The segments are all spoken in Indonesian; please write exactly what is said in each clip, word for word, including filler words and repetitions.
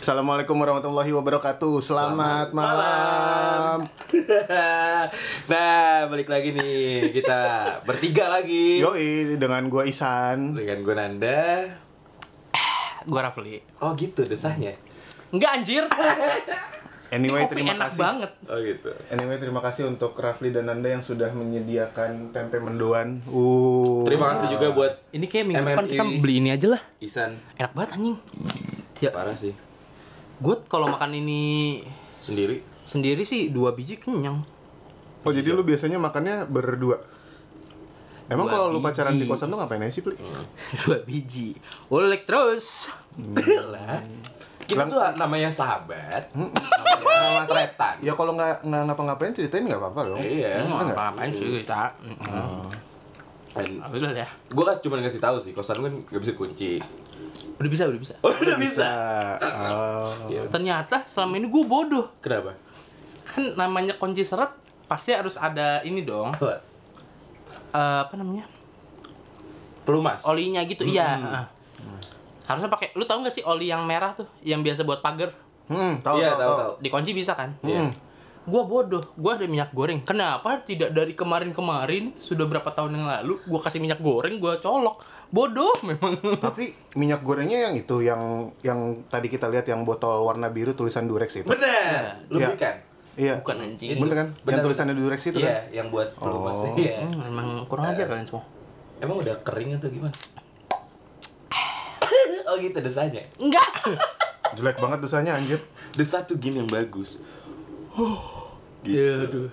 Assalamualaikum warahmatullahi wabarakatuh. Selamat, Selamat malam. Nah, balik lagi nih kita bertiga lagi. Yoi, dengan gua Isan, dengan gua Nanda, gua Rafli. Oh gitu desahnya. Enggak anjir. Anyway, kopi terima enak kasih banget. Oh gitu. Anyway, terima kasih untuk Rafli dan Nanda yang sudah menyediakan tempe mendoan. Uh. Terima kasih juga buat ini kayak minggu M M I depan kita beli ini aja lah. Isan. Enak banget anjing. Ya parah sih. Gue kalau makan ini sendiri sendiri sih dua biji kenyang. Oh, jadi lu biasanya makannya berdua? Emang Dua kalau lu biji. pacaran di kosan lu ngapain aja sih, Pli? hmm. Dua biji. Ulek terus. Hmm. Lah. Kita tuh namanya sahabat. Hmm. Namanya tretan. Ya kalau nggak nggak ngapa-ngapain ceritain nggak apa-apa dong. Iya. Hmm, nggak? apa-apain sih kita. Oh. Udah ya. Gue kan cuma ngasih tahu sih, kosan kan nggak bisa kunci. Udah bisa, udah bisa. Oh, udah bisa. Oh. Ya. Ternyata selama ini gue bodoh. Kenapa? Kan namanya kunci seret pasti harus ada ini dong. Apa? Eh, apa namanya? Pelumas. Olinya gitu, Hmm. iya. Uh. Harusnya pakai. Lu tahu nggak sih oli yang merah tuh, yang biasa buat pagar? Hmm, tahu Iya, tahu, tahu, tahu. tahu. Dikunci bisa kan? Iya. Hmm. Gua bodoh, gua ada minyak goreng. Kenapa tidak dari kemarin-kemarin, sudah berapa tahun yang lalu, gua kasih minyak goreng, gua colok. Bodoh memang. Tapi minyak gorengnya yang itu, yang yang tadi kita lihat yang botol warna biru tulisan Durex itu. Benar. Lu Iya. belikan? Iya. Bukan anjing. Bener kan? Bener. Yang tulisannya Durex itu Iya, kan? yang buat pelumas. Oh. Iya. Hmm, memang kurang ajar kalian semua. Emang udah kering atau gimana? Oh gitu desanya. Enggak. Jelek banget desanya anjir. Desa tuh gini yang bagus. Gitu. Ya, aduh.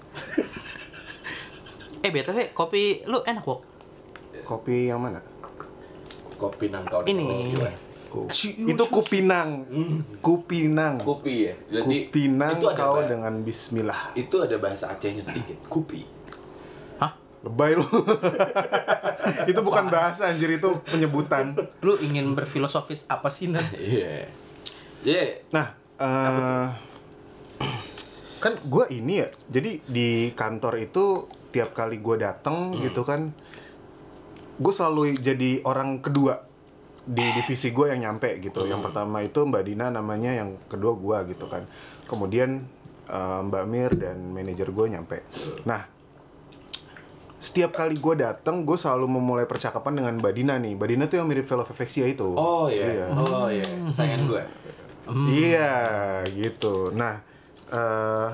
eh, B T W kopi lu enak, Wok? Kopi yang mana? Kopi nang kau Ini. Ku- Itu Kupinang. Kupinang. Kopi ya. Jadi Kupinang itu ada kau bah- dengan bismillah. itu ada bahasa Acehnya sedikit. Kupi. Hah? Lebay lu. Itu bukan bahasa anjir, itu penyebutan. Lu ingin berfilosofis apa sih, Nan? Iya. Iya. Nah, eh kan gue ini ya, jadi di kantor itu tiap kali gue datang Hmm. gitu kan, gue selalu jadi orang kedua di divisi gue yang nyampe gitu. Hmm. Yang pertama itu Mbak Dina namanya, yang kedua gue gitu kan. Kemudian eh, Mbak Mir dan manajer gue nyampe. Nah, setiap kali gue datang, gue selalu memulai percakapan dengan Mbak Dina nih. Mbak Dina tuh yang mirip Velofexia itu. Oh iya. Iya. Oh iya. Kesayangan gue. Iya, gitu. Nah, eh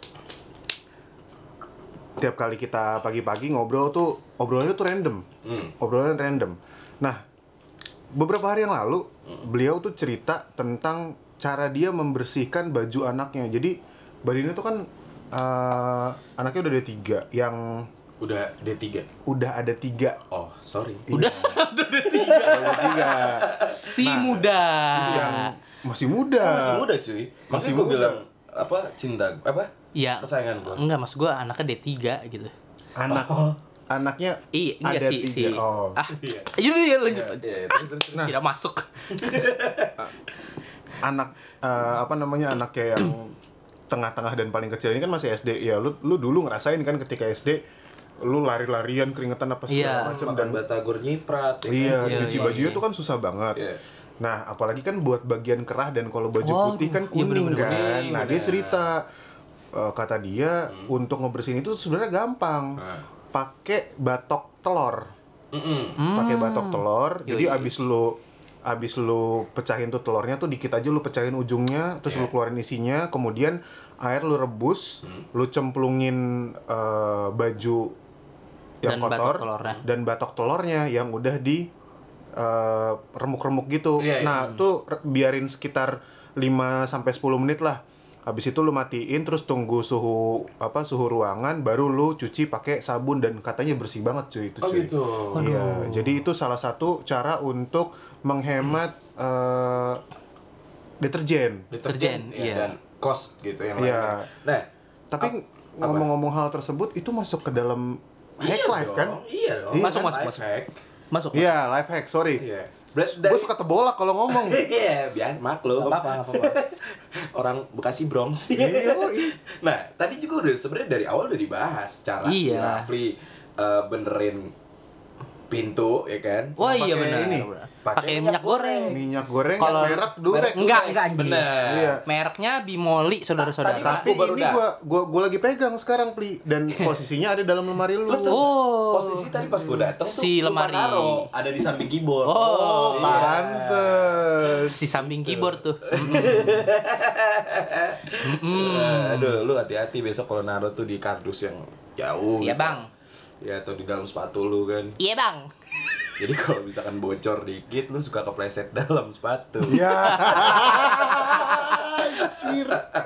tiap kali kita pagi-pagi ngobrol tuh, obrolannya tuh random. Hmm. Obrolannya random. Nah, beberapa hari yang lalu, beliau tuh cerita tentang cara dia membersihkan baju anaknya. Jadi, Mbak Dina tuh kan eh anaknya udah ada tiga, yang Udah D tiga. udah ada tiga. Oh, sorry. Udah, udah ada tiga. Udah ada tiga. Si Nah, muda. Yang masih muda. Oh, masih muda cuy. Masih Masih gue muda. bilang apa cinta apa Iya. kesayangan gue. Enggak, maksud gua anaknya D tiga gitu. Anak anaknya Iya, enggak ada sih, tiga. si. Oh. Ah, Iya. iya, iya, lanjut. Iya, iya, Ah, terus, terus, terus. tidak masuk. Anak eh, apa namanya, anaknya yang tengah-tengah dan paling kecil ini kan masih S D. Ya lu lu dulu ngerasain kan ketika S D lu lari-larian keringetan apa segala Iya. macam, Makan dan batagor nyiprat. ya iya, kan? Iya, cuci iya, bajunya iya. tuh kan susah banget. Iya. Nah, apalagi kan buat bagian kerah, dan kalau baju Oh, putih kan iya, kuning bener-bener kan. kuning, Nah, dia bener. cerita eh, kata dia untuk ngebersihin itu sebenarnya gampang. Nah. Pakai batok telur. Mm-mm. Pakai batok telur. Jadi Yoi. abis lu abis lu pecahin tuh telurnya tuh dikit aja, lu pecahin ujungnya, terus Iya. lu keluarin isinya, kemudian air lu rebus, lu cemplungin eh, baju yang Dan kotor batok telurnya. dan batok telurnya yang udah di eh, remuk-remuk gitu. Iya, iya. Nah, tuh re- biarin sekitar lima sampai sepuluh menit lah. Habis itu lu matiin, terus tunggu suhu apa suhu ruangan, baru lu cuci pakai sabun, dan katanya bersih banget cuy itu Oh cuy. gitu. Iya, jadi itu salah satu cara untuk menghemat eh, deterjen. Deterjen, ya, iya. dan cost gitu yang Iya. lainnya. Nah, Tapi ap- apa? ngomong-ngomong hal tersebut, itu masuk ke dalam hack Iya life dong, kan? Iya dong. Iya. Masuk, Kan masuk, life masuk. hack. Masuk. Iya, life hack, sorry. Iya. Beres Gue dari suka tebolak kalau ngomong. Iya, biar maklum. Enggak apa-apa, enggak apa-apa. Orang Bekasi Bronx. Iya, iya. Nah, tadi juga udah sebenarnya dari awal udah dibahas cara si Iya. Rafli eh, benerin pintu ya kan. Wah Pakai iya benar. ini. benar. Pakai Pakai minyak minyak goreng. Minyak goreng Kalau- merek Durex. Enggak, enggak anjing. Bener. Iya. Mereknya Bimoli, saudara-saudara. Tadi Tapi Gua baru ini dah. gua gua gua lagi pegang sekarang, Pli, dan posisinya ada dalam lemari lu. Lu tuh Oh. posisi tadi pas gue dateng Si tuh lupa lemari. naro, ada di samping keyboard. Oh, iya. Pantes. Si samping keyboard tuh. Eh, aduh, lu hati-hati besok kalau naro tuh di kardus yang jauh. Iya, gitu. Bang. Ya atau di dalam sepatu lu kan. Iya, Bang. Jadi kalau misalkan bocor dikit lu suka kepleset dalam sepatu. Ya. Anjir.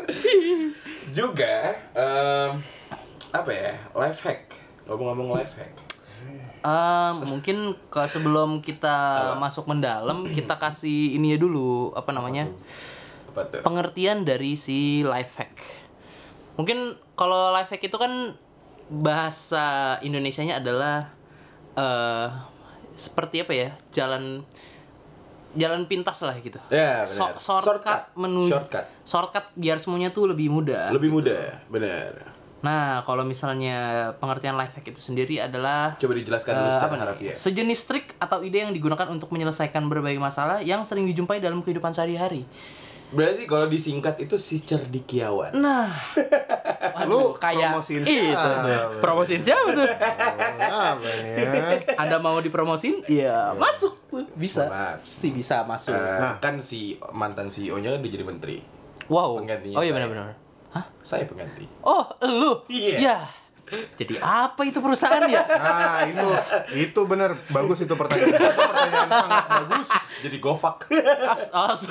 Juga em, apa ya? Life hack. Ngomong-ngomong life hack. Eh, mungkin ke sebelum kita masuk mendalam, kita kasih ini ya dulu, apa namanya? Apa tuh? Pengertian dari si life hack. Mungkin kalau life hack itu kan bahasa Indonesianya adalah eh seperti apa ya? Jalan jalan pintas lah gitu. Ya, So- benar. shortcut menuju Shortcut. shortcut biar semuanya tuh lebih mudah. Lebih mudah, benar. Nah, kalau misalnya pengertian life hack itu sendiri adalah Coba dijelaskan dulu eh, secara apa nih? harafiah. Sejenis trik atau ide yang digunakan untuk menyelesaikan berbagai masalah yang sering dijumpai dalam kehidupan sehari-hari. Berarti kalau disingkat itu si cerdikiawan. Nah, Lu kayak promosiin itu siapa? tuh. Promosiin siapa tuh? Oh, apa nih ya? Anda mau dipromosin? Iya, masuk tuh. Bisa. Mas. Si bisa masuk. Eh, Nah. kan si mantan C E O-nya kan udah jadi menteri. Wow. penggantinya Oh iya saya. benar-benar. Hah? Saya pengganti. Oh, lu? Iya. Ya. Jadi apa itu perusahaan ya? Nah, itu itu bener bagus itu pertanyaan. Itu pertanyaan sangat bagus. Jadi gofak. As, as.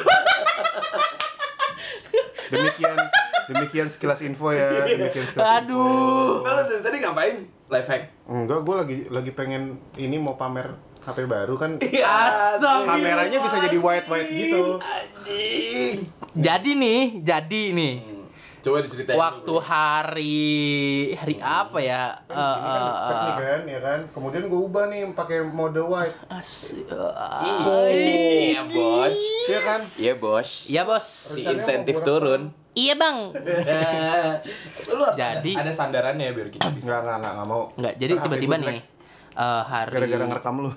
Demikian demikian sekilas info ya. Demikian sekilas info. Aduh. Nah, lu dari tadi ngapain? Life hack. Enggak, gue lagi lagi pengen ini mau pamer H P baru kan. Astagfirullah. Kameranya bisa jadi white white gitu. Anjing. Jadi nih, jadi nih. Hmm. Coba diceritain Waktu dulu. hari hari apa ya? Kan Eh, ini kan eh, deket nih eh, kan, ya kan. Kemudian gue ubah nih pakai mode white. as- Iya, bos. Iya kan? Iya, bos. Iya bos. Si Rencananya insentif mau gua turun. Iya bang. Lu harus Jadi- ada, ada sandarannya biar kita bisa. Enggak, enggak, enggak, enggak mau. Enggak, jadi Ntar H P tiba-tiba gua nih jelek. eh, hari Gara-gara ngerekam lu.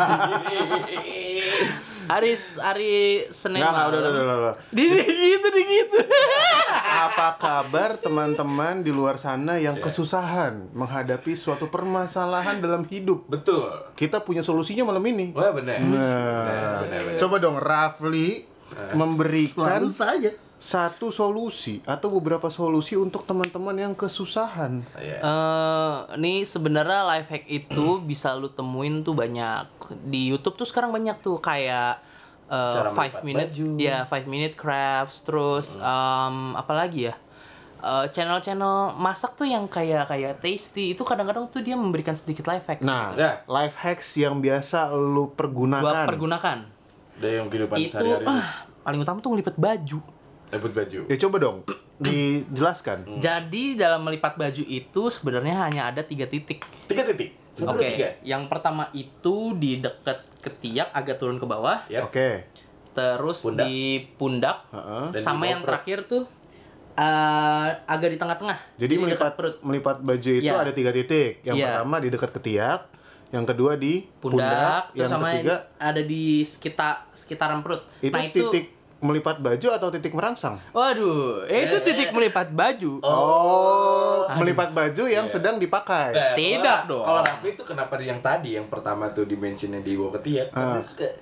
hari hari Senin Enggak, enggak, udah, malam. udah, udah, udah. Di di gitu di gitu. Apa kabar teman-teman di luar sana yang kesusahan menghadapi suatu permasalahan dalam hidup? Betul. Kita punya solusinya malam ini. Wah, benar. Benar, Nah, benar, benar. coba dong Rafli memberikan Selalu saya. satu solusi atau beberapa solusi untuk teman-teman yang kesusahan. Iya. Eh, nih sebenarnya life hack itu bisa lu temuin tuh banyak di YouTube tuh sekarang banyak tuh kayak eh, Cara five melipat minute baju. ya five minute crafts terus em, apa lagi ya. Eh, channel-channel masak tuh yang kayak kayak tasty itu kadang-kadang tuh dia memberikan sedikit life hacks. Nah, Ya. life hacks yang biasa lu Gua pergunakan. pergunakan Dari yang kehidupan itu sehari-hari. ah, paling utama tuh ngelipat baju. Liput baju. Ya coba dong dijelaskan. Jadi dalam melipat baju itu sebenarnya hanya ada tiga titik. Tiga titik. Satu, Oke, dua, tiga. yang pertama itu di dekat ketiak agak turun ke bawah, Yap. Oke. terus Pundak. di pundak, Heeh. Dan sama di yang bawah terakhir tuh eh, agak di tengah-tengah. Jadi dekat melipat perut, melipat baju itu Iya. ada tiga titik. Yang Iya. pertama di dekat ketiak, yang kedua di pundak, pundak, terus yang sama ketiga ini ada di sekitar sekitaran perut. itu nah itu, titik melipat baju atau titik merangsang? waduh, itu titik melipat baju. Oh, melipat baju yang sedang dipakai. Nah, Tidak kalau- dong. Kalau Raffi itu kenapa yang tadi yang pertama tuh dimensionnya di bawah ketiak? Ah. Terus ke-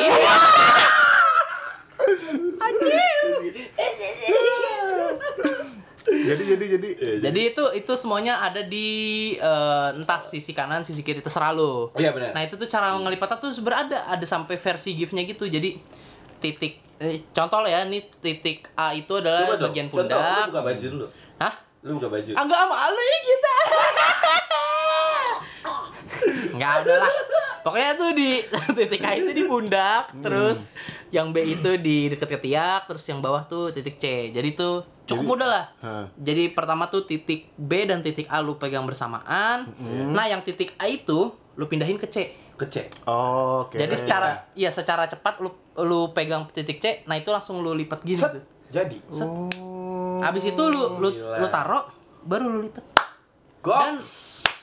Jadi jadi jadi Jadi itu itu semuanya ada di eh, entah sisi kanan, sisi kiri terserah lo. Iya, benar. Nah itu tuh cara ngelipatnya tuh sebenarnya ada ada sampai versi GIF-nya gitu. Jadi titik eh, contoh ya, nih titik A itu adalah Coba dong, bagian contoh, pundak. lu buka baju dulu. Hah? Lu buka baju. Ah, enggak malu ya kita. Enggak udah lah. Pokoknya tuh di titik A itu di pundak, terus yang B itu di dekat ketiak, terus yang bawah tuh titik C. Jadi tuh cukup Jadi- mudah lah. Hah. Jadi pertama tuh titik B dan titik A lu pegang bersamaan. Nah, yang titik A itu lu pindahin ke C. Kecek. Oh, oke. Jadi secara ya secara cepat lu lu pegang titik C, nah itu langsung lu lipat gini Set. tuh. Jadi. Oh. Habis itu lu lu Gila. lu taruh baru lu lipat. Dan Goks.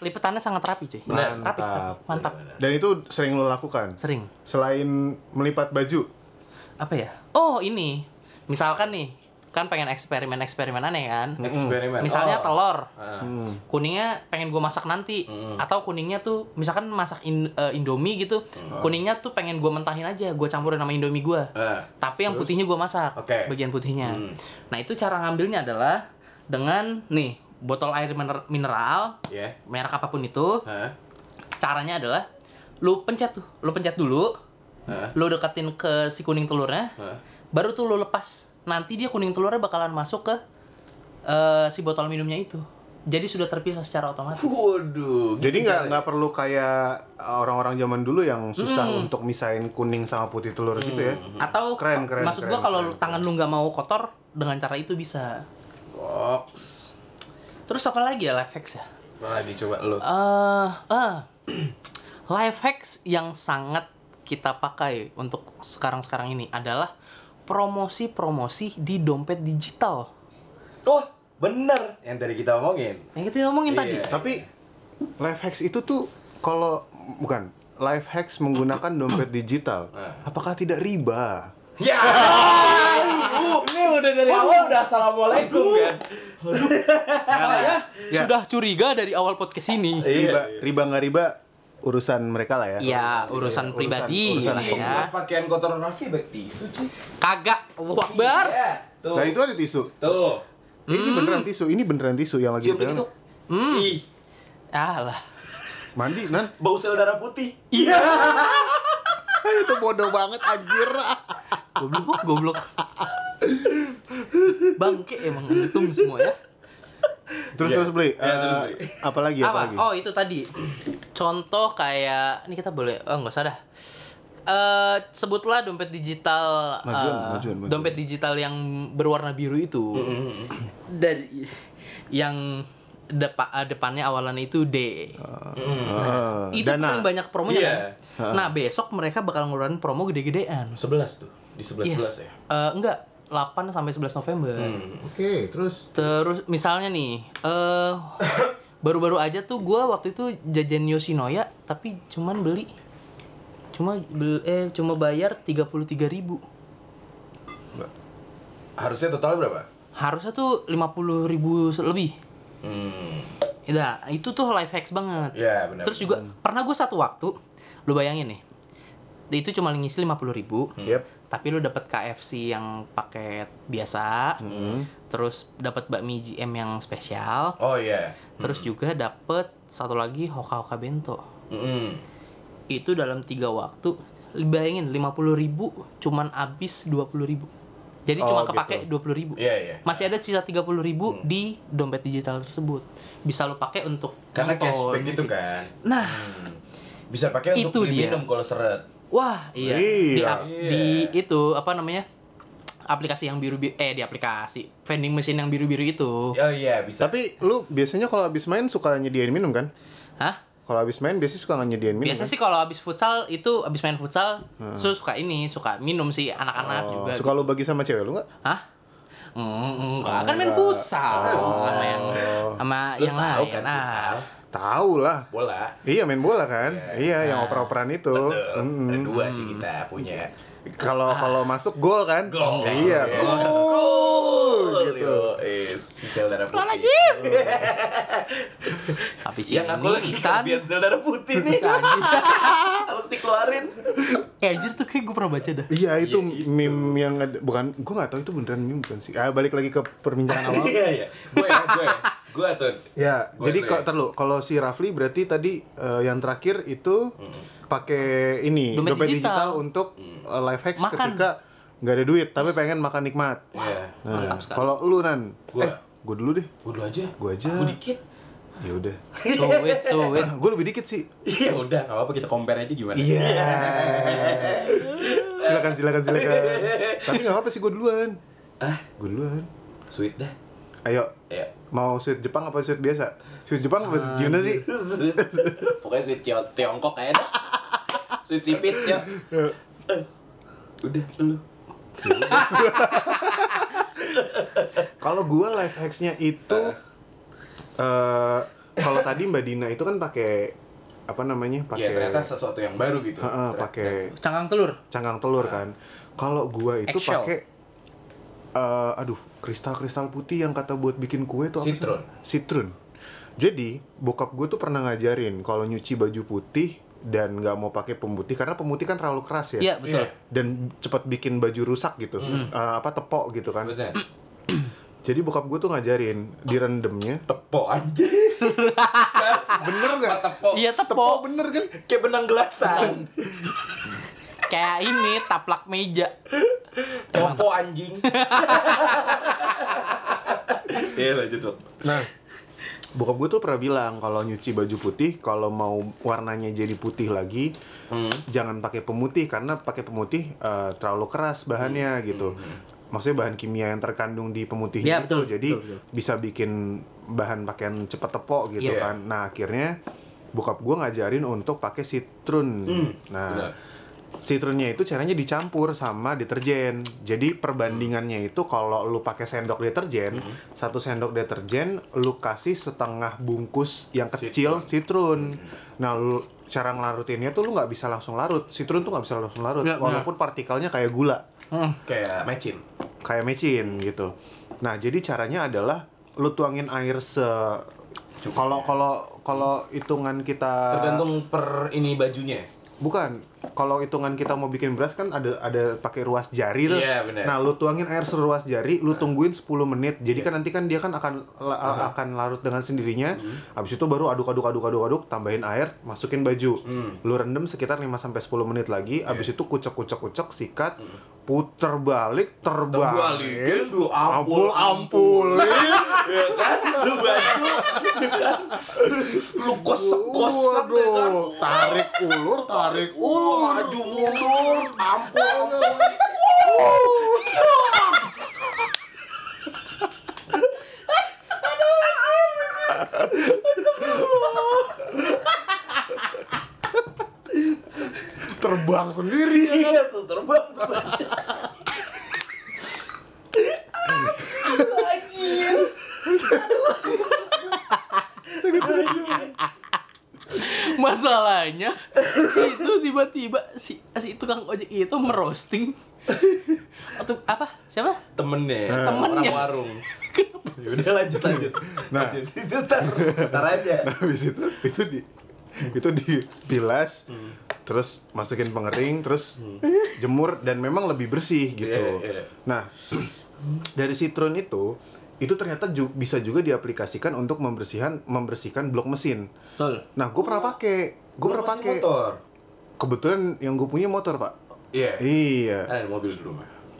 lipetannya sangat rapi cuy. Benar. Rapi, rapi, mantap. Dan itu sering lo lakukan? Sering. Selain melipat baju? Apa ya? Oh ini, misalkan nih, kan pengen eksperimen-eksperimen aneh kan? Eksperimen. Misalnya Oh. telur, Ah. kuningnya pengen gue masak nanti, Mm. atau kuningnya tuh misalkan masak in- eh, indomie gitu, kuningnya tuh pengen gue mentahin aja, gue campurin sama indomie gue. Ah. Tapi yang putihnya gue masak, Oke. bagian putihnya. Hmm. Nah itu cara ngambilnya adalah dengan nih botol air miner- mineral, Ya. merek apapun itu. Hah? Caranya adalah lu pencet tuh, lu pencet dulu, Hah? lu deketin ke si kuning telurnya, Hah? baru tuh lu lepas. Nanti dia kuning telurnya bakalan masuk ke eh, si botol minumnya itu. Jadi sudah terpisah secara otomatis. Waduh. Jadi gitu nggak caranya. nggak perlu kayak orang-orang zaman dulu yang susah untuk misahin kuning sama putih telur gitu ya? Atau Keren, keren, maksud keren, gua kalau keren, tangan lu nggak mau kotor, dengan cara itu bisa. Box. Terus apa lagi ya life hacks ya? Apa lagi coba lu? Eh, eh, life hacks yang sangat kita pakai untuk sekarang-sekarang ini adalah promosi-promosi di dompet digital. Oh, bener yang tadi kita omongin. Yang kita ngomongin Iya. tadi. Tapi life hacks itu tuh kalau bukan life hacks menggunakan dompet digital, Nah. apakah tidak riba? Ya. Ini udah dari awal udah assalamualaikum kan. Saya Ya. sudah curiga dari awal podcast ini. Riba, riba nggak riba urusan mereka lah ya. Iya, urusan Urusan- pribadi urusan lah hukum. ya. Pakaian kotor Raffi baik tisu cuy. Kagak, Allahu Akbar. Iya, tuh. Nah itu ada tisu. Tuh. Ini beneran tisu. Ini beneran tisu yang lagi Cium dipegang. begitu. Hmm. Ih, Alah. Mandi nan. bau sel darah putih. Iya. Itu bodoh banget anjir. Goblok, goblok. Bangke emang antum semua ya. Terus Iya. terus beli. Iya, terus Eh, beli. apa lagi? Apa, Apa? lagi? Oh, itu tadi. Contoh kayak ini kita boleh oh nggak usah dah. Eh sebutlah dompet digital Majuan, eh, majuan, majuan. dompet digital yang berwarna biru itu. Dari yang depa, eh, depannya awalannya itu D. Ah, Itu Dana. paling banyak promonya Iya. kan. Nah, besok mereka bakal ngeluarin promo gede-gedean. sebelas tuh. Di sebelas sebelas ya. Eh, enggak, delapan sampai sebelas November. Oke, terus Terus misalnya nih, eh baru-baru aja tuh gua waktu itu jajan Yoshinoya tapi cuman beli cuma beli, eh cuma bayar tiga puluh tiga ribu. Harusnya total berapa? Harusnya tuh lima puluh ribu lebih. Hmm. Nah, itu tuh life hacks banget. Ya, benar. Terus juga pernah gue satu waktu, lu bayangin nih, itu cuma ngisi lima puluh ribu, Yep. tapi lu dapat K F C yang paket biasa, Hmm. terus dapat bakmi G M yang spesial, Oh iya. terus juga dapat satu lagi Hoka Hoka Bento. Mm-mm. Itu dalam tiga waktu, bayangin lima puluh ribu cuman habis dua puluh ribu. Jadi Oh, cuma gitu. kepake dua puluh ribu. Iya, iya. Masih ada sisa tiga puluh ribu di dompet digital tersebut. Bisa lo pakai untuk Karena nonton, cashback itu gitu. kan. Nah, Hmm. Bisa pakai Itu untuk beli dia. minum kalau seret. wah iya, Iya. Di, ap- Iya. di itu apa namanya? Aplikasi yang biru biru eh di aplikasi vending machine yang biru-biru itu. Oh iya, bisa. Tapi lu biasanya kalau habis main suka nyediain minum kan? Hah? Kalau habis main biasanya suka nggak nyediain minum. Biasa kan? sih kalau habis futsal itu habis main futsal, so suka ini, suka minum sih anak-anak Oh, juga. suka lu bagi sama cewek lu nggak? Hah? Mm, enggak, kan main enggak. futsal sama yang sama Lu yang tahu lain. kan Ah. futsal? Tahu lah. Bola. Iya main bola kan? Iya. Iya, yang oper-operan itu. Betul. Mm-mm. Ada dua sih kita punya. Kalau kalau masuk gol kan? Gol. Iya. Iya. Gol. Gitu. Yo, eh, si sel darah putih. lagi. Habis Yang aku lagi San. kelebihan sel darah putih nih. Harus dikeluarin. Eh, anjir tuh kayak gue pernah baca dah. Iya itu Iya, itu. meme yang ada, bukan, gue nggak tahu itu beneran meme bukan sih. Ah balik lagi ke perbincangan awal. Iya, iya. Gue ya, gue. Gue tuh. Ya, Gua jadi tuh kok ya. terlalu kalau si Rafli berarti tadi eh, yang terakhir itu pakai ini Dompet dompet, digital. digital. untuk eh, life hacks Makan. ketika nggak ada duit tapi pengen makan nikmat. Iya. Nah, mantap sekali. kalau lu Nan, Gua. eh gue dulu deh, Gue dulu aja. gue aja. Gue dikit. Ya udah, So wait, so wait. gue lebih dikit sih. Iya udah, nggak apa-apa kita compare aja gimana. Iya. silakan silakan silakan. Tapi nggak apa-apa sih gue duluan. Ah, Gue duluan. sweet dah. Ayo, Ayo. mau sweet Jepang apa sweet biasa? Sweet Jepang apa sweet Cina sih? Pokoknya sweet Tio- Tiongkok kayaknya dah. Sweet sipit ya. Udah lu. Kalau gue life hacksnya itu eh kalau tadi Mbak Dina itu kan pakai apa namanya? Iya, Pakai ternyata sesuatu yang baru gitu. Heeh, pakai Cangkang telur. cangkang telur kan. Kalau gua itu Eggshell. pakai eh, aduh, kristal-kristal putih yang kata buat bikin kue tuh apa sih? Citron. Citron. Jadi, bokap gue tuh pernah ngajarin kalau nyuci baju putih dan nggak mau pakai pemutih karena pemutih kan terlalu keras ya. Iya, betul. Iya. Dan cepat bikin baju rusak gitu. Eh, apa tepok gitu kan. Bener. Jadi bokap gue tuh ngajarin direndamnya. Tepok anjir. Bener nggak? Tepok. Iya, Tepok tepok. bener kan? Kayak benang gelasan. Kayak ini taplak meja. Tepok anjing. Iya, lanjut Bang. Nah, bokap gue tuh pernah bilang kalau nyuci baju putih, kalau mau warnanya jadi putih lagi, Hmm. jangan pakai pemutih karena pakai pemutih eh, terlalu keras bahannya gitu. Maksudnya bahan kimia yang terkandung di pemutihnya Iya, itu, betul, jadi betul, betul. bisa bikin bahan pakaian cepat tepok gitu Iya. kan. Nah akhirnya bokap gue ngajarin untuk pakai citron. Nah. benar. Citronnya itu caranya dicampur sama deterjen. Jadi perbandingannya itu kalau lu pakai sendok deterjen, satu sendok deterjen lu kasih setengah bungkus yang kecil citron. Nah, lu cara ngelarutinnya tuh lu nggak bisa langsung larut. Citron tuh nggak bisa langsung larut, Ya, walaupun partikelnya kayak gula, Hmm. Kayak mecin. kayak mecin gitu. Nah, jadi caranya adalah lu tuangin air se kalau kalau kalau hitungan kita Tergantung per ini bajunya. Bukan, kalau hitungan kita mau bikin beras kan ada ada pakai ruas jari tuh. Iya, benar. Nah, lu tuangin air seruas jari, lu tungguin sepuluh menit. Jadi Iya. kan nanti kan dia kan akan la- akan larut dengan sendirinya. Habis itu baru aduk aduk aduk aduk aduk, tambahin air, masukin baju. Hmm. Lu rendam sekitar lima sampai sepuluh menit lagi. Habis Iya. itu kucek-kucek-kucek, sikat, puter balik, terbalik. Terbalikin, lu Ampul ampul-ampulin. ampulin. Ya kan? Lu baju, ya kan? Lu gosok-gosok ya kan? Waduh, tarik ulur, tarik ulur. Maju mundur, ampul-ampul. Terbang sendiri ya kan? Iya tuh, terbang tuh baju. Anjir. Masalahnya itu tiba-tiba si si tukang ojek itu merosting atau apa? Siapa? Temennya, Temennya. orang warung. Ya udah lanjut lanjut. Nah. Lanjut. Itu tar, tar aja. Nah, habis itu itu di itu dibilas, terus masukin pengering, terus jemur dan memang lebih bersih gitu. Iya, iya. Nah, dari citron itu itu ternyata ju- bisa juga diaplikasikan untuk membersihkan membersihkan blok mesin. Betul. Nah, gue pernah pakai, gue pernah Mesin pakai. motor. Kebetulan yang gue punya motor, Pak. Iya. Iya, Ada mobil di rumah.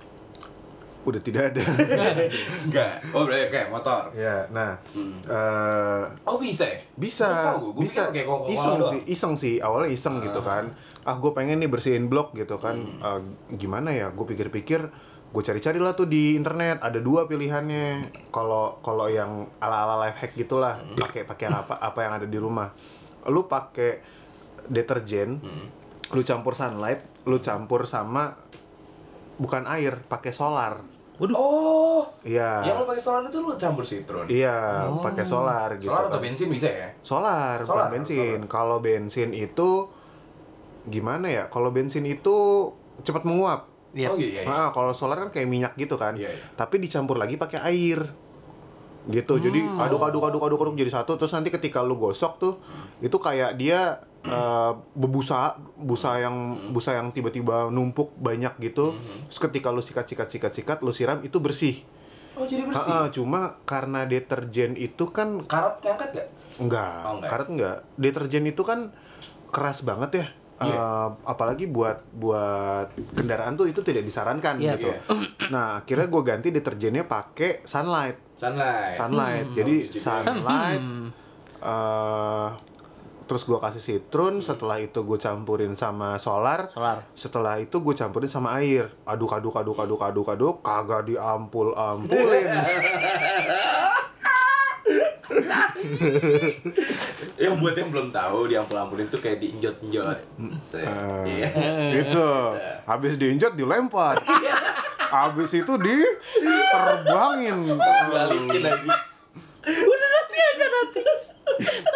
udah tidak ada. Enggak. Oh, berarti kayak motor. Ya, nah, Hmm. eh, Oh, bisa ya? bisa, Gua tahu, gua bisa. pikir pakai Coca-Cola Iseng doang. sih, iseng sih. Awalnya iseng gitu kan. Ah, gue pengen nih bersihin blok gitu kan. Hmm. Eh, gimana ya? Gue pikir-pikir, gue cari-cari lah tuh di internet. Ada dua pilihannya. Kalau kalau yang ala-ala life hack gitulah, Hmm. pakai pakai apa apa yang ada di rumah. Lu pakai deterjen, Hmm. lu campur sunlight, lu campur sama bukan air, pakai solar. Waduh. Oh. Iya. Yang lo pakai solar itu lo campur citron. Iya, pakai solar gitu. Solar atau kan. bensin bisa ya? Solar, bukan Solar, bensin. solar. Kalau bensin itu gimana ya? Kalau bensin itu cepat menguap. Iya. Oh iya. iya. Ah, kalau solar kan kayak minyak gitu kan. Iya, iya. Tapi dicampur lagi pakai air. Gitu. Jadi aduk aduk aduk aduk aduk jadi satu, terus nanti ketika lu gosok tuh itu kayak dia eh, bebusa, busa yang busa yang tiba-tiba numpuk banyak gitu. Terus ketika lu sikat-sikat sikat-sikat lu siram itu bersih. Oh, jadi bersih. Ah, ah, cuma karena deterjen itu kan Karat ngangkat gak? enggak, Oh, enggak. karet enggak. Deterjen itu kan keras banget ya. Iya. Eh, apalagi buat buat kendaraan tuh itu tidak disarankan Iya. gitu. Iya. Nah, akhirnya gue ganti deterjennya pakai sunlight. Sunlight. Sunlight. Jadi Oh, cuci sunlight Hmm. eh terus gue kasih citron, setelah itu gue campurin sama solar. Solar. Setelah itu gue campurin sama air. Aduk aduk aduk aduk aduk aduk, kagak diampul-ampulin. Yang buat yang belum tahu, di ampul-ampulin tuh kayak diinjot-injot. Eh, Iya. Itu habis diinjot dilempar, habis itu diterbangin. Balikin lagi. Udah nanti aja nanti.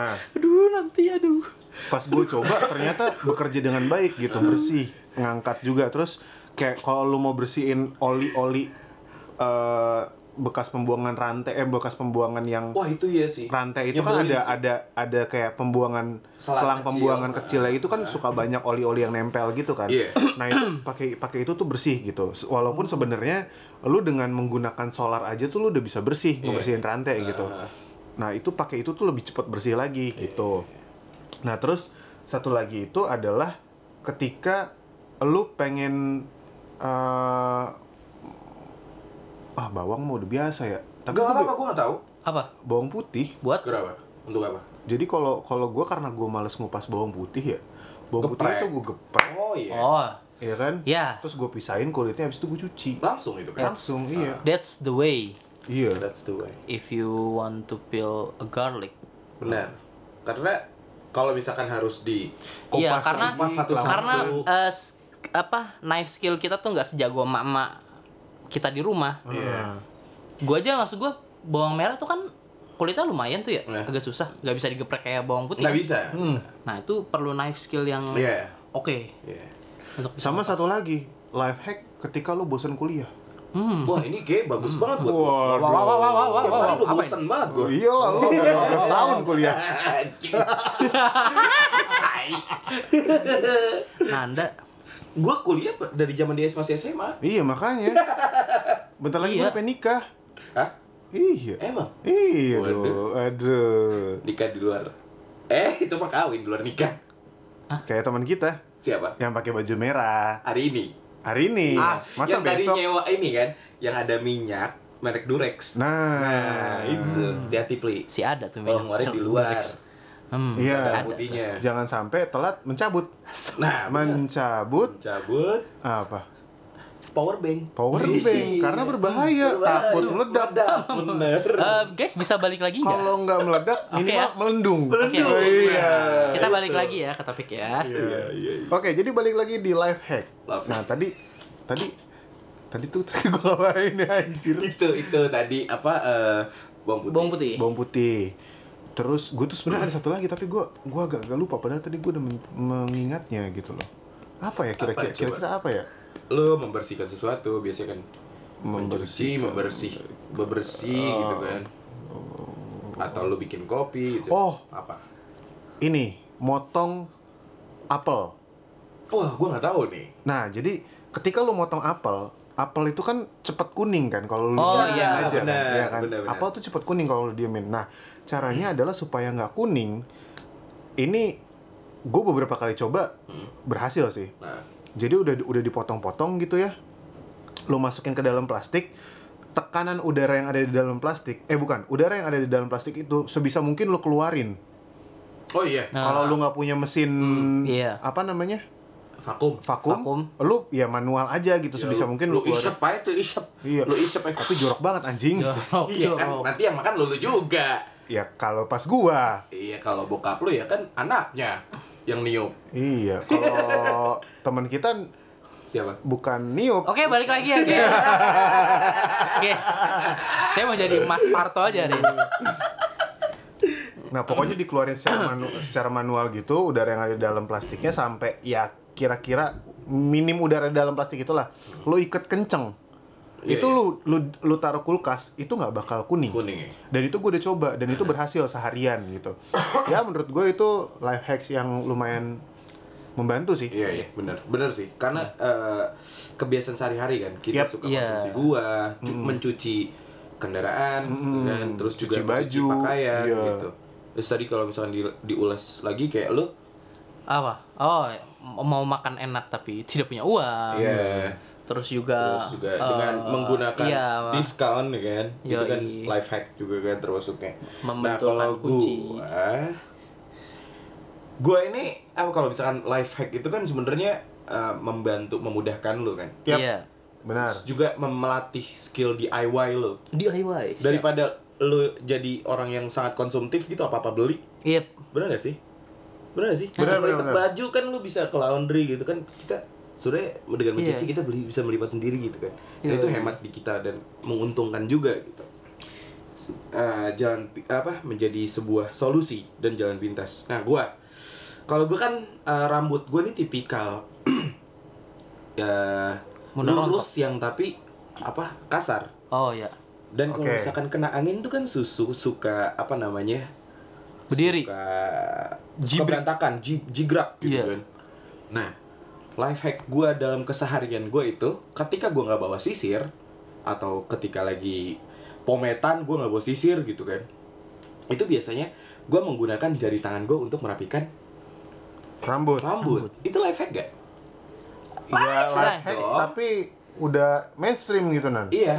Nah, Aduh, nanti aduh. pas gue coba ternyata bekerja dengan baik gitu, bersih, ngangkat juga. Terus kayak kalau lu mau bersihin oli-oli eh, bekas pembuangan rantai, eh bekas pembuangan yang Wah itu iya sih. rantai itu kan Nyebelin ada sih. ada ada kayak pembuangan Selang selang, kecil. pembuangan kecilnya itu kan Ah. suka banyak oli-oli yang nempel gitu kan. Iya. Nah itu pakai pakai itu tuh bersih gitu. Walaupun sebenarnya lu dengan menggunakan solar aja tuh lu udah bisa bersih Iya. ngebersihin rantai gitu. Ah. Nah itu pakai itu tuh lebih cepat bersih lagi gitu. Nah terus satu lagi itu adalah ketika lu pengen eh, ah bawang mau udah biasa ya. Tapi Gak gua apa-apa, be- gue gak tahu. Apa? bawang putih. Buat? Kenapa? Untuk apa? Jadi kalau kalau gue karena gue males ngupas bawang putih ya, bawang putih Geprek. itu gue geprek, Oh iya. Oh, ya kan? ya. Terus gue pisahin kulitnya, habis itu gue cuci. Langsung itu kan? Langsung, iya. That's the way Iya. That's the way. if you want to peel a garlic. Benar. Karena kalau misalkan harus di Iya, Kopas karena lagi, Kopas satu-satu. karena eh, s- apa knife skill kita tuh nggak sejago emak-emak kita di rumah. Iya. Gua aja maksud gua bawang merah tuh kan kulitnya lumayan tuh ya, Iya. agak susah, nggak bisa digeprek kayak bawang putih. nggak kan? bisa. Hmm. Nah itu perlu knife skill yang Iya. oke Iya. untuk bisa Sama ngupas. satu lagi, life hack ketika lu bosan kuliah. Hmm. Wah ini kayak bagus banget buat gua. Wah, Wah, wah, wah, wah, wah, Setiap wah, hari wah, udah apa bosan banget Oh, gua. iya lah, lu udah lima belas tahun kuliah. Nah, Anda Gua kuliah dari zaman dia masih S M A. Iya makanya. Bentar lagi Iya. gue pengen nikah. Hah? Iya. Emang? Iya Waduh. dong, aduh. Nikah di luar. Eh, itu mah kawin di luar nikah. Kayak teman kita Siapa? yang pakai baju merah Hari ini. hari ini. Ah, Masa yang tadi besok? nyewa ini kan, yang ada minyak merek Durex. Nah, Nah, itu hati-hati pli. si ada tuh Kalau minyak ngeluarin di luar. Hmm, Iya. si Ada ada. putihnya. jangan sampai telat mencabut. Nah, Mencabut cabut apa? power bank. Power Iya. bank karena berbahaya, takut meledak. Bener. Eh, guys bisa balik lagi nggak? Kalau nggak meledak Oke minimal ya. melendung. Melendung. Oh, iya. Kita itu. balik lagi ya ke topik ya. Iya. iya. Oke, jadi balik lagi di life hack. Life Nah, tadi tadi tadi tuh tadi gue ngapain ya anjir? Itu itu tadi apa eh bawang putih. Bawang putih. Bawang putih. Terus gue tuh sebenarnya ada satu lagi tapi gue gue agak agak lupa padahal tadi gue udah men- mengingatnya gitu loh. Apa ya kira-kira Apa ya, coba? kira-kira apa ya? Lu membersihkan sesuatu biasanya kan mencuci, Membersihkan. membersih, bebersih gitu kan. Atau lu bikin kopi gitu. Oh. Apa? Ini motong apel. Wah, gua nggak tahu nih. Nah, jadi ketika lu motong apel, apel itu kan cepet kuning kan kalau lu Oh, diamin iya, aja benar, kan, ya kan? benar, benar. Apel tuh cepet kuning kalau lu diemin. Nah, caranya adalah supaya nggak kuning. Ini gue beberapa kali coba berhasil sih. Nah, Jadi udah udah dipotong-potong gitu ya. Lu masukin ke dalam plastik. Tekanan udara yang ada di dalam plastik, eh bukan, udara yang ada di dalam plastik itu sebisa mungkin lu keluarin. oh iya, Nah. Kalau lu nggak punya mesin iya. apa namanya? vakum. Vakum, Vakum. lu ya manual aja gitu Ya, sebisa mungkin lu, lu keluarin. isep aja tuh isep. Iya. Lu isep aja. Tapi jorok banget anjing. Jorok, Iya kan, jorok. nanti yang makan lu, lu juga. Ya kalau pas gua. Iya, kalau bokap lu ya kan anaknya yang niup. Iya, kalau teman kita Siapa? bukan niup. Oke, balik lagi ya, guys. Oke. Saya mau jadi Mas Parto aja deh. Nah, pokoknya dikeluarin secara, manu- secara manual gitu, udara yang ada di dalam plastiknya sampai ya kira-kira minim udara di dalam plastik itulah. Lu ikat kenceng. Iya, itu iya. lu lu lu taruh kulkas, itu nggak bakal kuning. Kuning ya. Dan itu gue udah coba dan itu berhasil seharian gitu. Ya menurut gue itu life hacks yang lumayan membantu sih. Iya iya benar benar sih karena eh, kebiasaan sehari-hari kan kita Yap. suka Iya. konsumsi buah, cu- mencuci kendaraan, Mm. kan terus juga Cuci mencuci baju, pakaian iya. gitu. Terus tadi kalau misalnya di, diulas lagi kayak lu, Apa? Oh, mau makan enak tapi tidak punya uang. Iya. Terus juga terus juga eh, dengan menggunakan iya, diskon ya kan, itu kan Yoi. life hack juga kan termasuknya. Nah Membentulkan kalau kunci. gua, gua ini apa kalau misalkan life hack itu kan sebenarnya eh, membantu memudahkan lu kan. Yap. Iya. Benar. Terus juga melatih skill D I Y lo. D I Y. siap. Daripada lu jadi orang yang sangat konsumtif gitu apa-apa beli. Yep. Bener gak sih? Bener gak sih? Bener, Kalau bener, ikat bener. baju kan lu bisa ke laundry gitu kan. Kita sebenarnya dengan mencuci Iya. kita beli bisa melipat sendiri gitu kan. Dan Iya, itu iya. hemat di kita dan menguntungkan juga gitu. uh, jalan apa menjadi sebuah solusi dan jalan pintas. Nah, gua kalau gua kan uh, rambut gua nih tipikal ya Mudah lurus yang tapi apa kasar. Oh ya. Dan kalau Oke. misalkan kena angin tuh kan susu suka apa namanya? Berdiri. Suka, suka Jibrik. berantakan, ji- jigrak gitu Iya. kan. Nah, life hack gue dalam keseharian gue itu, ketika gue nggak bawa sisir atau ketika lagi pometan gue nggak bawa sisir gitu kan, itu biasanya gue menggunakan jari tangan gue untuk merapikan Rambut. rambut. Itu life hack gak? Iya, Life life hack. hack, tapi udah mainstream gitu Nan. Iya.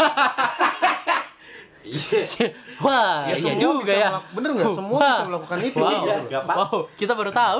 Iya. Wah, Ya, iya semua juga bisa ya. melak- bener nggak? Semua Wah. bisa melakukan itu. Wow. Iya, nggak apa. Wow, kita baru tahu.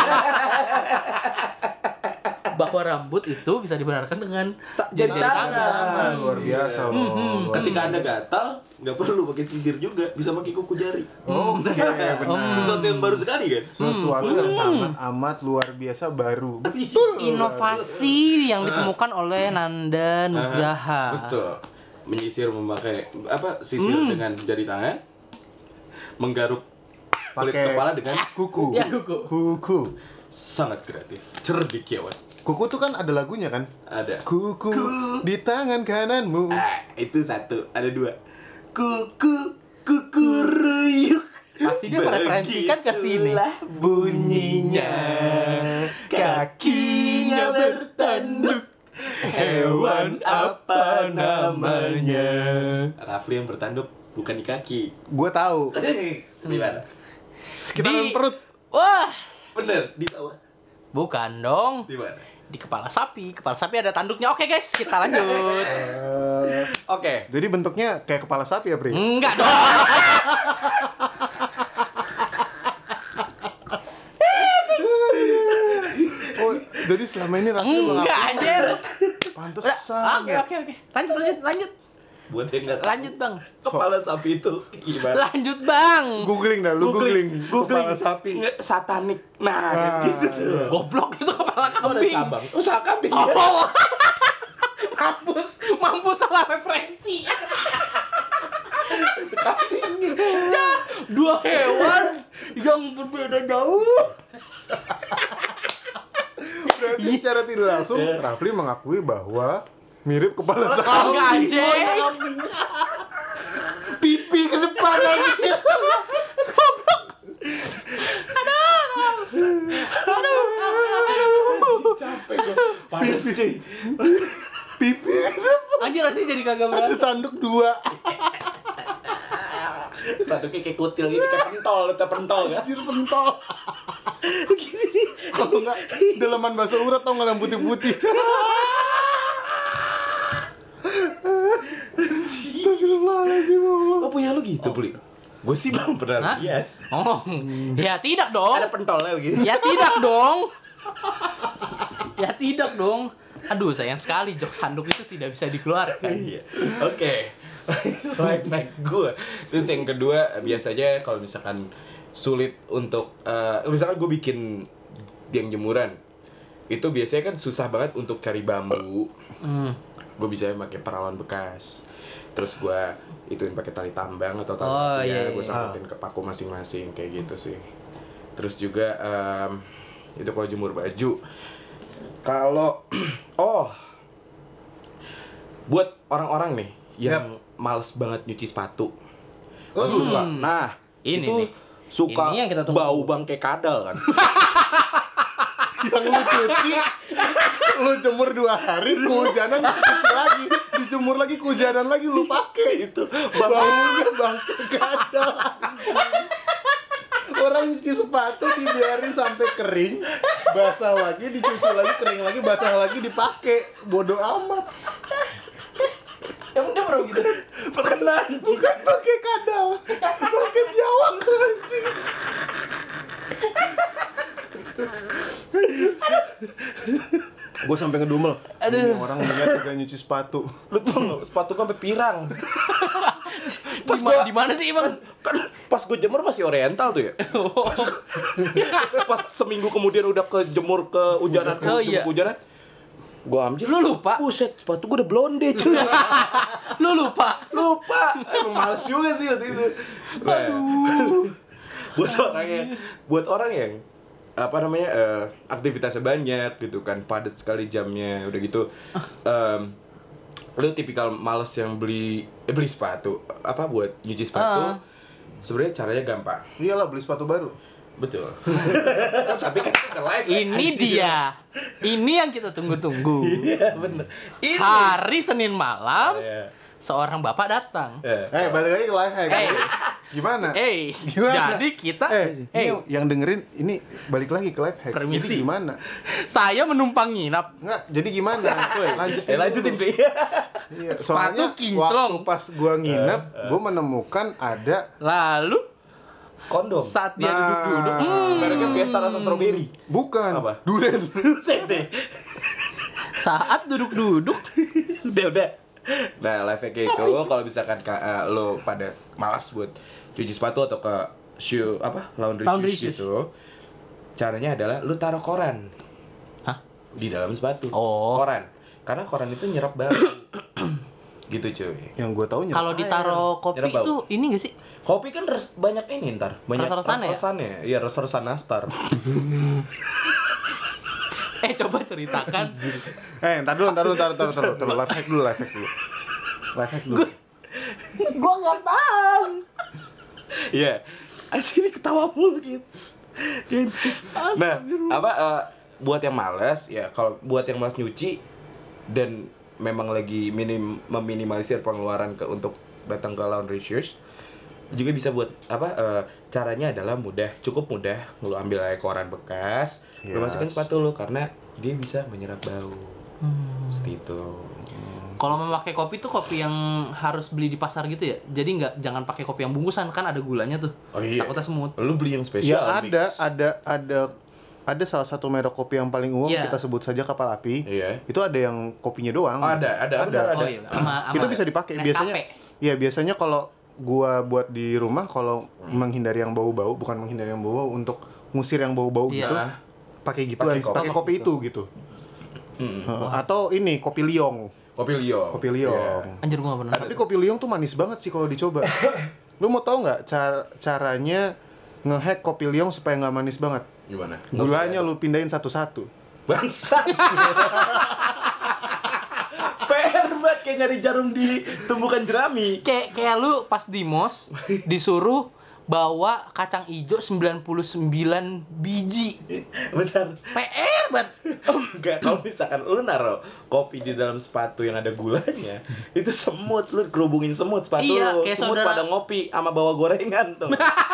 Bahwa rambut itu bisa dibenarkan dengan Tak- jari jari tangan. tangan. Luar biasa Iya. loh. luar Ketika biasa. anda gatal, nggak perlu pakai sisir juga, bisa pakai kuku jari. Oke, benar. Sesuatu yang baru sekali kan? Sesuatu yang sangat amat luar biasa baru. Betul. Inovasi yang ditemukan oleh Nanda Nugraha. Betul. Menyisir memakai apa sisir Hmm. dengan jari tangan, menggaruk kulit Pakai kepala dengan Kuku. Ya, kuku. Kuku. sangat kreatif, cerdik ya Wan. Kuku tuh kan ada lagunya kan? Ada. Kuku di tangan kananmu. Ah, itu satu, ada dua. Kuku kuku ruyuk. Pasti dia mereferensikan ke sini. Begitulah bunyinya, kakinya bertanduk. Hewan apa namanya? Rafli yang bertanduk bukan di kaki. Gue tahu. Di mana? Sekitaran Di- perut. Wah, Bener, di bawah. bukan dong. Di mana? Di kepala sapi. Kepala sapi ada tanduknya. Oke guys, kita lanjut. Eh, Oke. jadi bentuknya kayak kepala sapi ya, Pri? Enggak dong. Oh, jadi selama ini Raffi Enggak anjir. pantesan Oke ya. oke oke. Lanjut lanjut lanjut. Buat yang nggak tahu, Lanjut, Bang. kepala sapi itu gimana? Lanjut, Bang. Googling dah, lu googling, kepala sapi. Nggak, satanik. Nah, Nah, gitu tuh. Goblok itu kepala Ada kambing. cabang. Oh, salah kambing. ya? Oh. Mampus, mampus salah referensi. Itu kambing. Ja, dua hewan yang berbeda jauh. Berarti secara tidak langsung Rafli mengakui bahwa mirip kepala Enggak sapi. anjing. Pipi ke depan lagi. Capek gue. Panas cuy. Pipi Anjir rasanya jadi kagak ada berasa. tanduk dua. Tanduknya kayak kutil gitu, kayak pentol, kayak pentol kan. Anjir pentol. Kalau enggak dalaman bahasa urat tau nggak yang putih-putih. Astagfirullahaladzim Allah. Oh punya lu gitu, Beli? Gue sih belum pernah Hah? lihat. Oh, ya tidak dong. Ada pentolnya begitu. Ya tidak dong. Ya tidak dong. Aduh, sayang sekali jokes handuk itu tidak bisa dikeluarkan. Iya. Oke. Life hack gue. Terus yang kedua, biasanya kalau misalkan sulit untuk eh, misalkan gue bikin yang jemuran, itu biasanya kan susah banget untuk cari bambu. Hmm. Gue bisa pakai perawan bekas. Terus gue ituin pakai tali tambang atau tali Oh, iya, gue iya. sangkutin ke paku masing-masing kayak gitu sih. Terus juga em, itu kalau jemur baju. Kalau oh buat orang-orang nih yang males banget nyuci sepatu. Kan Hmm. suka. Nah, Ini itu nih. suka Ini yang kita tunggu. bau bangke kadal kan. Yang lu cuci, lu jemur dua hari, kehujanan cuci lagi, dijemur lagi, kehujanan lagi, lu pakai. Itu bau Baunya bangke kadal. Orang cuci sepatu dibiarin sampai kering, basah lagi, dicuci lagi, kering lagi, basah lagi, dipakai. Bodoh amat. Emang dia pernah gitu? pernah. Bukan pakai kadal, pakai biawak anjing. Gue sampai ngedumel. Aduh. Ini orang lihat juga nyuci sepatu. Lu tuh nggak, sepatu gue sampai pirang. Pas gua di mana sih, Bang? Kan pas gue jemur masih oriental tuh ya. Pas seminggu kemudian udah kejemur ke hujanan, Oh, iya. hujanan, Gua ambil. Lu lupa? Buset, sepatu gua udah blonde cuy. Lu lupa? Lupa. Emang males juga sih waktu itu. Nah, buat orang yang buat orang yang apa namanya eh, aktivitasnya banyak gitu kan, padat sekali jamnya, udah gitu em, lu tipikal males yang beli eh, beli sepatu apa buat nyuci sepatu. Ah. Sebenarnya caranya gampang. Iyalah beli sepatu baru. Betul. Tapi kan itu ke live. Ini dia. Ini yang kita tunggu-tunggu. Iya, bener. Ini. Hari Senin malam, Iya. seorang bapak datang. Eh. Eh, balik lagi ke live hack. Eh. Gimana? Eh, Gimana? jadi kita Eh, eh, ini yang dengerin ini balik lagi ke live hack. Permisi. Jadi gimana? saya menumpang nginap. Enggak, jadi gimana? Lanjutin. Eh, lanjutin dulu. deh. Iya, Sepatu soalnya kinclong. waktu pas gua nginep, gua menemukan ada Lalu Kondom. saat dia Nah. duduk-duduk, hmm, Mereknya Fiesta rasa strawberry. bukan Apa? duren. Buset deh. saat duduk-duduk, Udah, udah. Nah, life hack itu kalau misalkan ka, eh, lo pada malas buat cuci sepatu atau ke shoe apa laundry, Laundry shoes shoes. gitu, caranya adalah lu taruh koran hah? di dalam sepatu. Oh. Koran. Karena koran itu nyerap bau. Gitu cuy. Yang gua tahu nyerap Kalau air. ditaruh kopi Nyerap bau. itu ini gak sih? Kopi kan res- banyak ini ntar, banyak Rasa-rasanya ya? rasa-rasanya. Iya, rasa-rasa nastar. Eh coba ceritakan. Eh, entar dulu, entar dulu, entar dulu, entar dulu, entar dulu, live hack dulu, live hack dulu. Live hack dulu. Gua nggak tahu. Iya. Asli ketawa mulu gitu. Genstik. Nah, apa eh, buat yang malas ya, kalau buat yang malas nyuci dan memang lagi minim meminimalisir pengeluaran ke untuk datang ke laundry shoes, juga bisa buat apa eh, caranya adalah mudah, cukup mudah. Lu ambil aja koran bekas, lu Yes. masukin sepatu lu karena dia bisa menyerap bau. Hmm. Seperti itu. Kalau memakai kopi tuh kopi yang harus beli di pasar gitu ya. Jadi nggak jangan pakai kopi yang bungkusan kan ada gulanya tuh. Oh iya. Takutnya semut. Lu beli yang spesial. Ya mix. ada, ada, ada, ada salah satu merek kopi yang paling umum, Iya. kita sebut saja Kapal Api. Iya. Itu ada yang kopinya doang. Oh, ada, ada, Ada. benar, ada. Oh iya, sama, sama Itu bisa dipakai Nescafe. biasanya. Iya, biasanya kalau gua buat di rumah, kalau menghindari yang bau-bau, bukan menghindari yang bau-bau, untuk ngusir yang bau-bau Iya. gitu, pakai gituan, Pakai kopi. pakai kopi itu gitu. Mm-mm. Heeh. Atau ini kopi liong. Kopi Liong. Kopi liong. Iya. Anjir gua gak pernah. Tapi kopi liong tuh manis banget sih kalau dicoba. Lu mau tahu nggak cara caranya ngehack kopi liong supaya nggak manis banget? Gimana? Gulanya lu pindahin satu-satu. Bangsat. P R banget kayak nyari jarum di tumbukan jerami. Kayak kayak lu pas di mos disuruh bawa kacang ijo sembilan puluh sembilan biji. Bentar. P R banget. Enggak, kalau misalkan lu naruh kopi di dalam sepatu yang ada gulanya, itu semut, lu kerubungin semut sepatu Iya, lu. kayak Semut saudara- pada ngopi sama bawa gorengan tuh.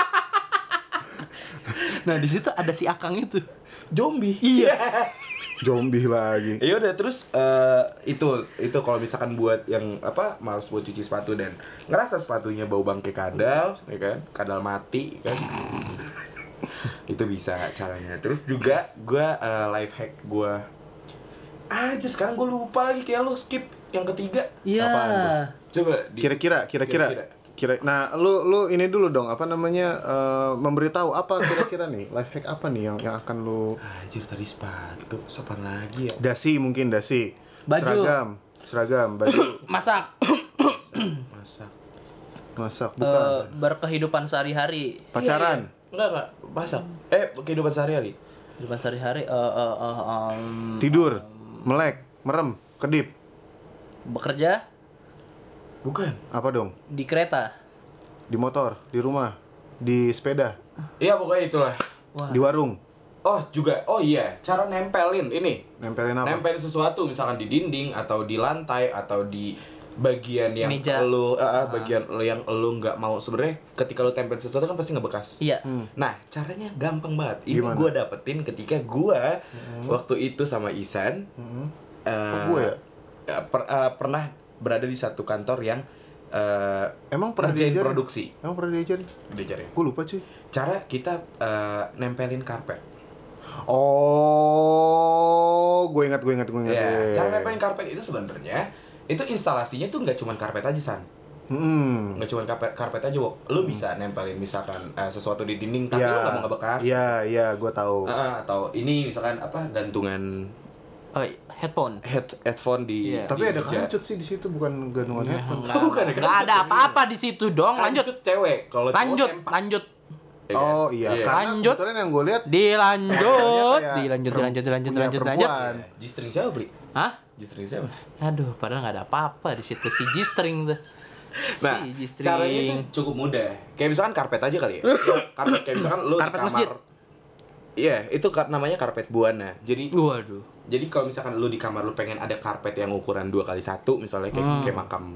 Nah, di situ ada si Akang itu. Zombie. Iya. Zombie lagi. Ya udah terus eh, itu itu kalau misalkan buat yang apa males buat cuci sepatu dan ngerasa sepatunya bau bangke kadal, ya kan? Kadal mati, kan? Itu bisa caranya. Terus juga gua eh, life hack gua aja sekarang gua lupa lagi kayak lu skip yang ketiga. Iya. Apaan tuh? Coba di- Kira-kira, kira-kira. Kira-kira. Kira, nah, lu lu ini dulu dong, apa namanya, eh, memberitahu apa kira-kira nih, life hack apa nih yang yang akan lu Anjir tadi sepatu, sopan lagi ya. dasi mungkin dasi, Baju. seragam, seragam, baju, Masak. Masak. masak, Eh, bukan, berkehidupan sehari-hari. pacaran, Iya, iya. Enggak, enggak, masak. Eh, kehidupan sehari-hari. Kehidupan sehari-hari eh eh, eh, em, tidur, melek, merem, kedip, bekerja Bukan. apa dong? di kereta. Di motor, di rumah, di sepeda, Iya, pokoknya itulah. Wah. di warung, Oh juga, oh iya, cara nempelin ini, nempelin apa? nempelin sesuatu misalkan di dinding atau di lantai atau di bagian yang Meja. lu, eh, eh, bagian lu yang lu nggak mau sebenarnya ketika lu tempelin sesuatu kan pasti ngebekas. Iya. Nah caranya gampang banget. Ini Gimana? gue dapetin ketika gue waktu itu sama Isan, eh, Oh, gue ya? eh, per- eh, pernah berada di satu kantor yang eh, Emang pernah ngerjain diajarin? produksi. Emang pernah diajarin? Diajarin. Gue lupa cuy. Cara kita eh, nempelin karpet. Oh, gue ingat, gue ingat, gue ingat. Ya, Iya. cara nempelin karpet itu sebenarnya itu instalasinya tuh nggak cuma karpet aja San, Hmm. nggak cuma karpet karpet aja Wok. Lu bisa nempelin misalkan eh, sesuatu di dinding tapi Iya. lu nggak mau ngebekas. Iya, iya, gue tahu. Ah, atau ini misalkan apa gantungan Oh, headphone. head headphone di Iya. Tapi di ada meja. kancut sih di situ, bukan gantungan headphone. Enggak, Bukan ada enggak kancut, ada ya. apa-apa di situ dong. Lanjut. Kancut cewek, kalau cowok Lanjut, sempak. lanjut. Ya kan? Oh iya, Iya. karena Lanjut. kebetulan yang gue lihat Dilanjut, kayak dilanjut, per- dilanjut, dilanjut, punya dilanjut, dilanjut. perempuan. Iya. G-string siapa beli? Hah? G-string siapa? Aduh, padahal nggak ada apa-apa di situ si G-string tuh. Nah, si G-string. caranya itu cukup mudah. Kayak misalkan karpet aja kali ya. Ya, karpet kayak misalkan lu Karpet di kamar. masjid. Iya, itu ka- namanya karpet buana. Jadi Waduh. jadi kalau misalkan lu di kamar lu pengen ada karpet yang ukuran dua kali satu misalnya kayak Hmm. kayak makam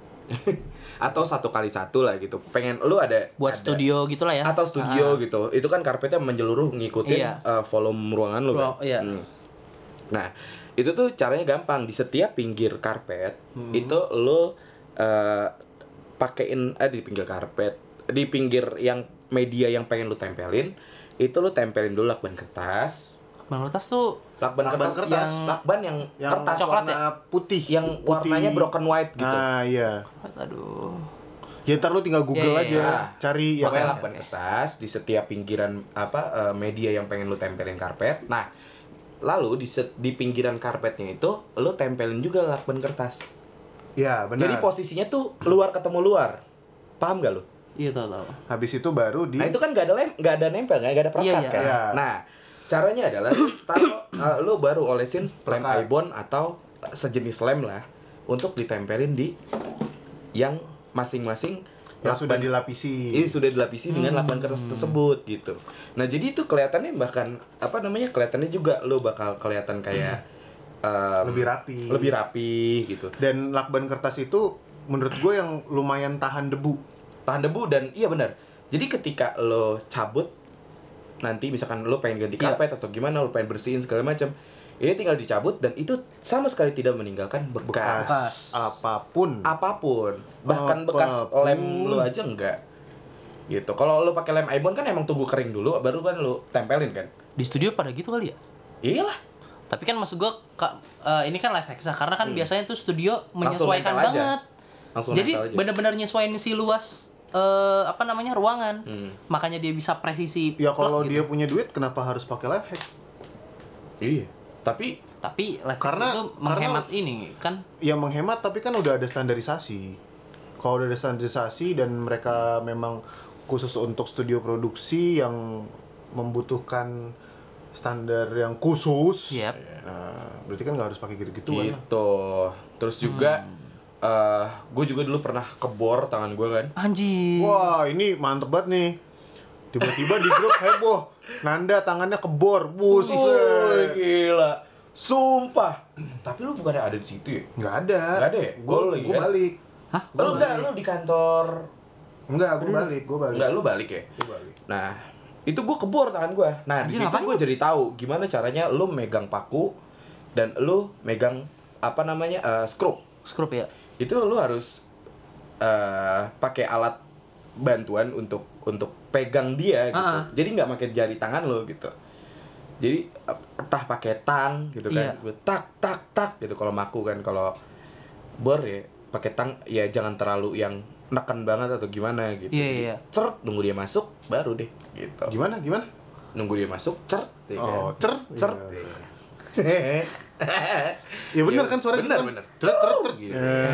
atau satu kali satu lah gitu. Pengen lu ada Buat ada- studio gitulah ya. atau studio Ah. gitu. Itu kan karpetnya menyeluruh ngikutin Iya. uh, volume ruangan lu Ruang- kan. iya. Hmm. Nah, itu tuh caranya gampang. Di setiap pinggir karpet itu lu uh, pakein eh di pinggir karpet, di pinggir yang media yang pengen lu tempelin, itu lu tempelin dulu lakban kertas. Bang Kertas tuh Lakban, Lakban kertas, kertas. yang lakban yang, Yang kertas coklat warna putih. yang Putih. warnanya broken white gitu. Ah iya. aduh. Ya ntar lu tinggal Google Iya, iya, aja, iya. cari ya Pokoknya kan. lakban kertas di setiap pinggiran apa eh, media yang pengen lu tempelin karpet. Nah, lalu di set- di pinggiran karpetnya itu lu tempelin juga lakban kertas. Ya benar. Jadi posisinya tuh luar ketemu luar. Paham gak lu? Iya tahu tahu. Habis itu baru di Nah, itu kan gak ada lem, gak ada nempel, gak ada perekat Iya, iya. kan. Iya. Nah, caranya adalah taruh eh, lu baru olesin lem Perekat. ibon atau sejenis lem lah untuk ditempelin di yang masing-masing yang sudah lakban- dilapisi. ini sudah dilapisi dengan Hmm. lakban kertas tersebut gitu. Nah, jadi itu kelihatannya bahkan apa namanya? Kelihatannya juga lo bakal kelihatan kayak em, Lebih rapi. lebih rapi gitu. Dan lakban kertas itu menurut gue yang lumayan tahan debu. Tahan debu dan iya benar. Jadi ketika lo cabut nanti misalkan lo pengen ganti Iya. karpet atau gimana lo pengen bersihin segala macam, ini tinggal dicabut dan itu sama sekali tidak meninggalkan bekas, Bekas apapun. apapun. Bahkan bekas Apapun. lem lo aja enggak. Gitu. Kalau lo pakai lem ibon kan emang tunggu kering dulu baru kan lo tempelin kan. Di studio pada gitu kali ya? Iyalah. Tapi kan maksud gua Kak, eh, ini kan live hack karena kan biasanya tuh studio Hmm. Langsung menyesuaikan nempel aja. banget. Langsung Jadi nempel aja. benar-benar nyesuaiin si luas eh, apa namanya ruangan. Hmm. Makanya dia bisa presisi. Ya kalau plug dia gitu. punya duit kenapa harus pakai life hack? Iya. Tapi Tapi live hack Karena- itu karena- menghemat ini kan. Ya menghemat tapi kan udah ada standarisasi. Kalau udah ada standarisasi dan mereka memang khusus untuk studio produksi yang membutuhkan standar yang khusus. Yep. Nah, berarti kan nggak harus pakai gitu-gituan lah. gitu. Terus juga Hmm. eh gue juga dulu pernah kebor tangan gue kan. Anjir. Wah, ini mantep banget nih. Tiba-tiba di grup heboh. Nanda tangannya kebor. Woi, Buset. gila. Sumpah. Tapi lu bukannya ada di situ ya? Nggak ada. Nggak ada ya? Gue Oh, lu iya. balik. Hah? Lu enggak, lu di kantor. Enggak, gue balik. Gue balik. Enggak, lu balik ya? Gue balik. Nah, itu gue kebor tangan gue. Nah, di Anjir, situ ngapain gue jadi tahu gimana caranya lu megang paku dan lu megang apa namanya? eh, skrup. Skrup ya. Itu lu harus eh pakai alat bantuan untuk untuk pegang dia gitu. Ah. Jadi nggak pakai jari tangan lo gitu. Jadi eh, entah pakai tang gitu kan. Iya. Tak tak tak gitu kalau maku kan. Kalau bor ya pakai tang ya jangan terlalu yang neken banget atau gimana gitu. Iya, Jadi, iya. cert, nunggu dia masuk baru deh gitu. Gimana? Gimana? Nunggu dia masuk, cert, ya kan? Oh, cer. Cert. Iya. Ya benar kan suara bener, gitu kan? bener. Ceret, ceret, ceret. Gitu.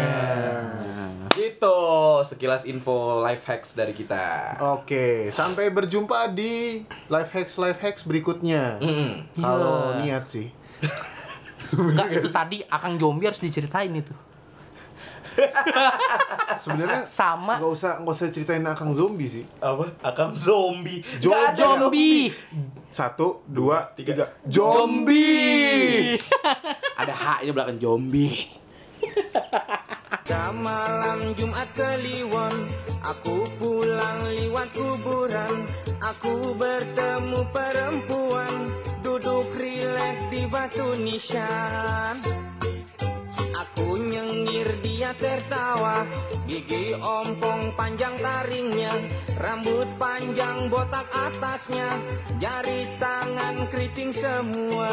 Eh. Gitu, sekilas info life hacks dari kita. Oke, sampai berjumpa di life hacks life hacks berikutnya. Mm. Kalau Iya. niat sih. Enggak, itu tadi Akang Zombie harus diceritain itu. Sebenarnya Sama nggak usah nggak usah ceritain Akang Zombie sih. Apa? Akang zombie. Jo- Nggak ada zombie. Satu, dua, tiga. tiga. Zombie. Ada haknya belakang zombie. Malam Jumat Kliwon, aku pulang liwat kuburan. Aku bertemu perempuan, duduk rileks di batu nisan. Aku nyengir, dia tertawa, gigi ompong panjang taringnya, rambut panjang botak atasnya, jari tangan keriting semua.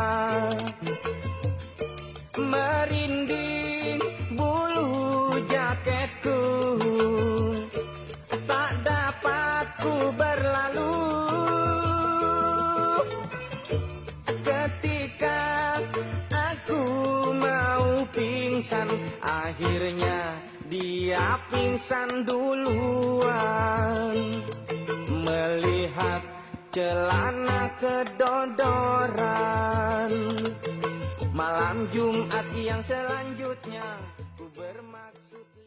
Merinding bulu jaketku, tak dapat ku berlalu. Ketika dan akhirnya dia pingsan duluan. Melihat celana kedodoran, malam Jumat yang selanjutnya ku bermaksud